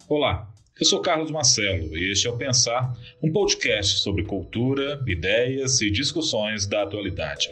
Olá, eu sou Carlos Marcelo e este é o Pensar, um podcast sobre cultura, ideias e discussões da atualidade.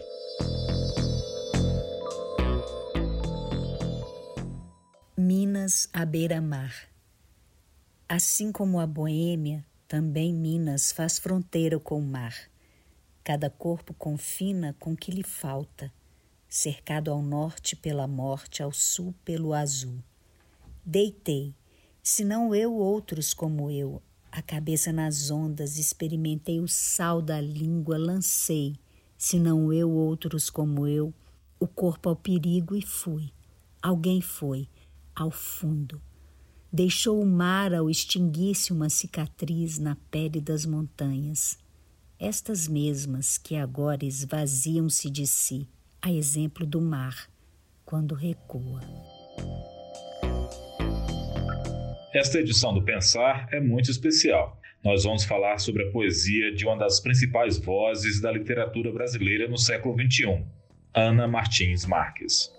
Minas à beira-mar. Assim como a Boêmia, também Minas faz fronteira com o mar. Cada corpo confina com o que lhe falta, cercado ao norte pela morte, ao sul pelo azul. Deitei, se não eu, outros como eu, a cabeça nas ondas, experimentei o sal da língua, lancei, se não eu, outros como eu, o corpo ao perigo e fui. Alguém foi, ao fundo. Deixou o mar ao extinguir-se uma cicatriz na pele das montanhas. Estas mesmas que agora esvaziam-se de si, a exemplo do mar, quando recua. Esta edição do Pensar é muito especial. Nós vamos falar sobre a poesia de uma das principais vozes da literatura brasileira no século XXI, Ana Martins Marques.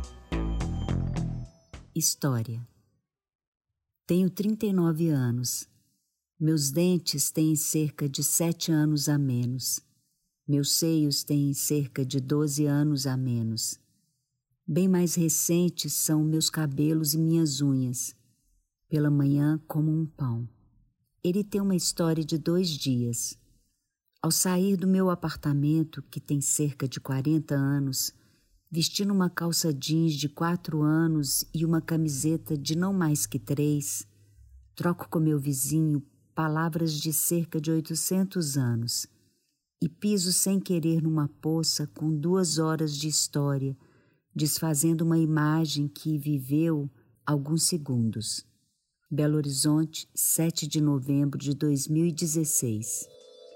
História. Tenho 39 anos. Meus dentes têm cerca de 7 anos a menos. Meus seios têm cerca de 12 anos a menos. Bem mais recentes são meus cabelos e minhas unhas. Pela manhã como um pão. Ele tem uma história de 2 dias. Ao sair do meu apartamento, que tem cerca de 40 anos, vestindo uma calça jeans de 4 anos e uma camiseta de não mais que 3, troco com meu vizinho palavras de cerca de 800 anos e piso sem querer numa poça com 2 horas de história, desfazendo uma imagem que viveu alguns segundos. Belo Horizonte, 7 de novembro de 2016.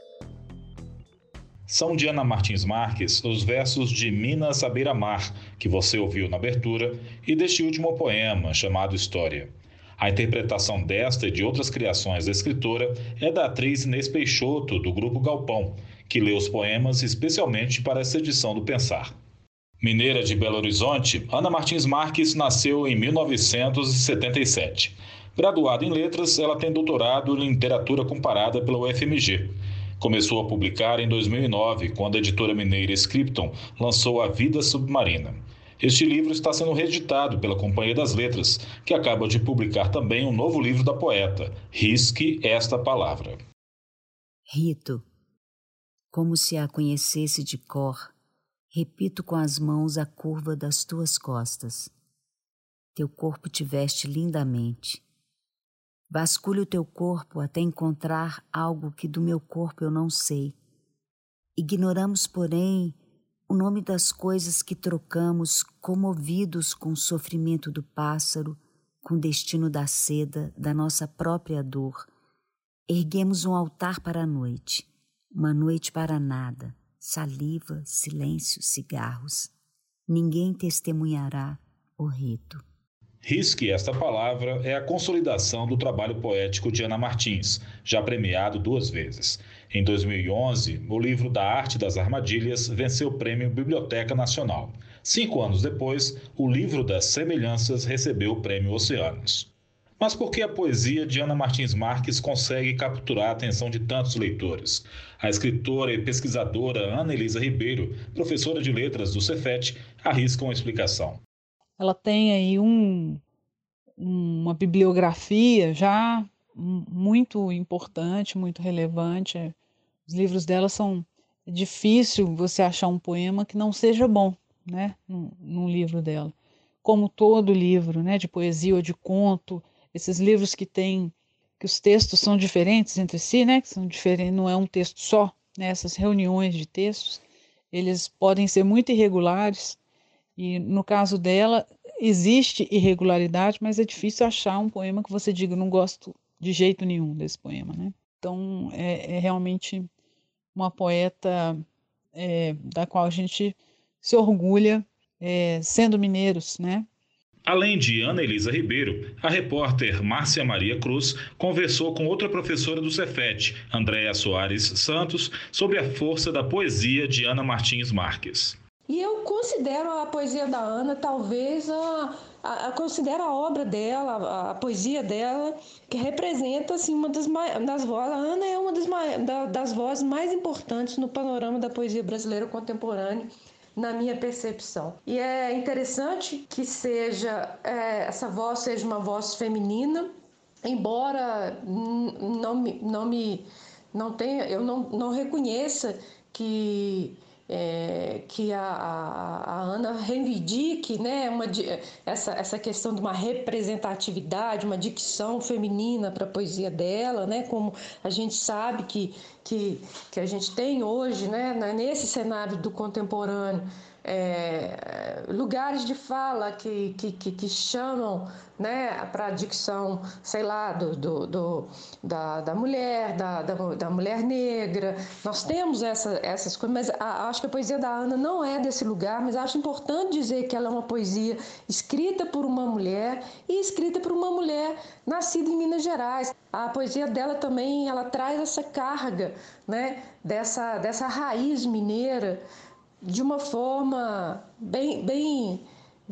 São de Ana Martins Marques os versos de Minas à beira-mar, que você ouviu na abertura, e deste último poema, chamado História. A interpretação desta e de outras criações da escritora é da atriz Inês Peixoto, do Grupo Galpão, que lê os poemas especialmente para essa edição do Pensar. Mineira de Belo Horizonte, Ana Martins Marques nasceu em 1977. Graduada em letras, ela tem doutorado em literatura comparada pela UFMG. Começou a publicar em 2009, quando a editora mineira Scripton lançou A Vida Submarina. Este livro está sendo reeditado pela Companhia das Letras, que acaba de publicar também um novo livro da poeta, Risque esta palavra. Rito, como se a conhecesse de cor, repito com as mãos a curva das tuas costas. Teu corpo te veste lindamente. Vasculho teu corpo até encontrar algo que do meu corpo eu não sei. Ignoramos, porém, o nome das coisas que trocamos, comovidos com o sofrimento do pássaro, com o destino da seda, da nossa própria dor. Erguemos um altar para a noite, uma noite para nada, saliva, silêncio, cigarros. Ninguém testemunhará o rito. Risque esta palavra é a consolidação do trabalho poético de Ana Martins, já premiado 2 vezes. Em 2011, o livro Da Arte das Armadilhas venceu o prêmio Biblioteca Nacional. 5 anos depois, o livro das Semelhanças recebeu o prêmio Oceanos. Mas por que a poesia de Ana Martins Marques consegue capturar a atenção de tantos leitores? A escritora e pesquisadora Ana Elisa Ribeiro, professora de letras do Cefet, arrisca uma explicação. Ela tem aí uma bibliografia já muito importante, muito relevante. Os livros dela é difícil você achar um poema que não seja bom, né, num livro dela. Como todo livro, né, de poesia ou de conto, esses livros que os textos são diferentes entre si, né, que são diferentes, não é um texto só, né, essas reuniões de textos, eles podem ser muito irregulares. E no caso dela, existe irregularidade, mas é difícil achar um poema que você diga, não gosto de jeito nenhum desse poema, né? Então, é realmente uma poeta da qual a gente se orgulha, sendo mineiros, né? Além de Ana Elisa Ribeiro, a repórter Márcia Maria Cruz conversou com outra professora do Cefet, Andréa Soares Santos, sobre a força da poesia de Ana Martins Marques. E eu considero a poesia da Ana, talvez, considero a obra dela, a poesia dela, que representa assim, uma das vozes. A Ana é uma das vozes mais importantes no panorama da poesia brasileira contemporânea, na minha percepção. E é interessante que essa voz seja uma voz feminina, embora eu não reconheça que a Ana reivindique, né, essa questão de uma representatividade, uma dicção feminina para a poesia dela, né, como a gente sabe que a gente tem hoje, né, nesse cenário do contemporâneo, lugares de fala que chamam, né, para a dicção, sei lá, da mulher, da mulher negra. Nós temos essas coisas, mas acho que a poesia da Ana não é desse lugar, mas acho importante dizer que ela é uma poesia escrita por uma mulher e escrita por uma mulher nascida em Minas Gerais. A poesia dela também, ela traz essa carga, né, dessa raiz mineira, de uma forma bem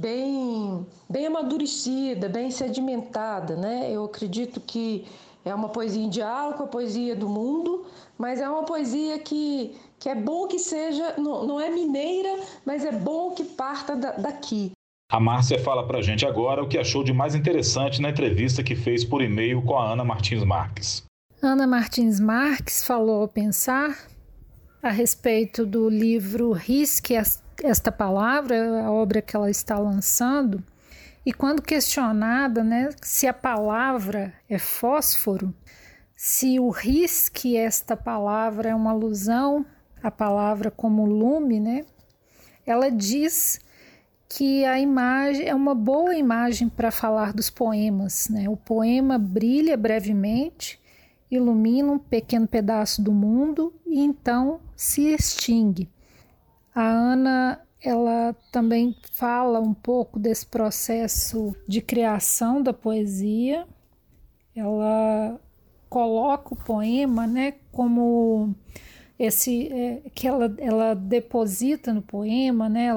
amadurecida, bem sedimentada, né? Eu acredito que é uma poesia em diálogo com a poesia do mundo, mas é uma poesia que é bom que seja, não é mineira, mas é bom que parta daqui. A Márcia fala pra gente agora o que achou de mais interessante na entrevista que fez por e-mail com a Ana Martins Marques. Ana Martins Marques falou ao pensar a respeito do livro Risque Esta Palavra, a obra que ela está lançando, e quando questionada, né, se a palavra é fósforo, se o risque esta palavra é uma alusão à palavra como lume, né, ela diz que a imagem é uma boa imagem para falar dos poemas, né? O poema brilha brevemente, ilumina um pequeno pedaço do mundo e então se extingue. A Ana, ela também fala um pouco desse processo de criação da poesia. Ela coloca o poema, né, como que ela deposita no poema, né,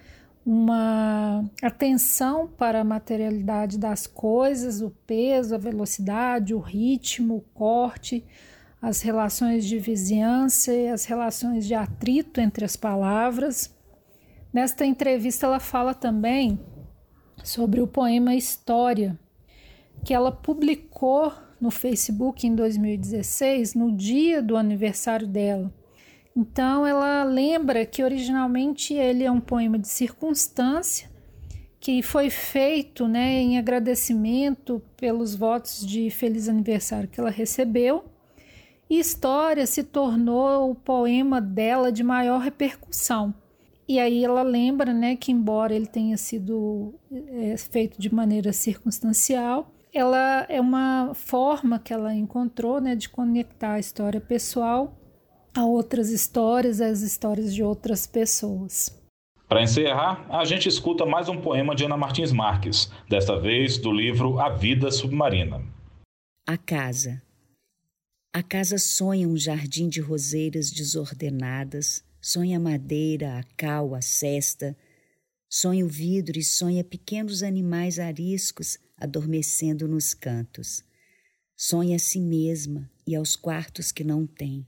uma atenção para a materialidade das coisas, o peso, a velocidade, o ritmo, o corte, as relações de vizinhança e as relações de atrito entre as palavras. Nesta entrevista ela fala também sobre o poema História, que ela publicou no Facebook em 2016, no dia do aniversário dela. Então ela lembra que originalmente ele é um poema de circunstância que foi feito, né, em agradecimento pelos votos de feliz aniversário que ela recebeu, e História se tornou o poema dela de maior repercussão. E aí ela lembra, né, que embora ele tenha sido feito de maneira circunstancial, ela é uma forma que ela encontrou, né, de conectar a história pessoal a outras histórias, as histórias de outras pessoas. Para encerrar, a gente escuta mais um poema de Ana Martins Marques, desta vez do livro A Vida Submarina. A casa. A casa sonha um jardim de roseiras desordenadas, sonha a madeira, a cal, a cesta, sonha o vidro e sonha pequenos animais ariscos adormecendo nos cantos. Sonha a si mesma e aos quartos que não tem.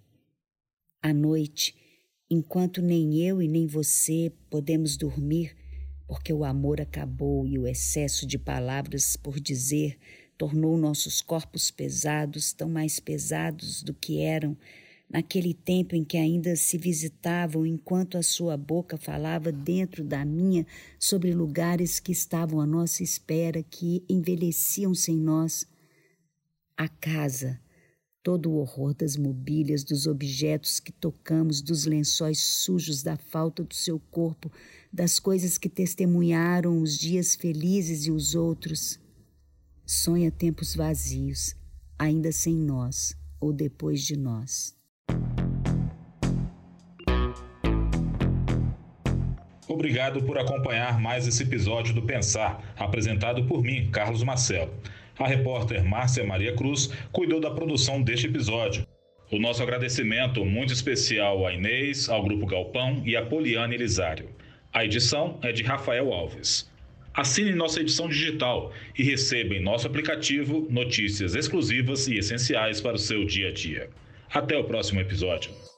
À noite, enquanto nem eu e nem você podemos dormir, porque o amor acabou e o excesso de palavras por dizer tornou nossos corpos pesados, tão mais pesados do que eram naquele tempo em que ainda se visitavam enquanto a sua boca falava dentro da minha sobre lugares que estavam à nossa espera, que envelheciam sem nós. A casa, todo o horror das mobílias, dos objetos que tocamos, dos lençóis sujos, da falta do seu corpo, das coisas que testemunharam os dias felizes e os outros. Sonha tempos vazios, ainda sem nós ou depois de nós. Obrigado por acompanhar mais esse episódio do Pensar, apresentado por mim, Carlos Marcelo. A repórter Márcia Maria Cruz cuidou da produção deste episódio. O nosso agradecimento muito especial a Inês, ao Grupo Galpão e a Poliana Elisário. A edição é de Rafael Alves. Assine nossa edição digital e receba em nosso aplicativo notícias exclusivas e essenciais para o seu dia a dia. Até o próximo episódio.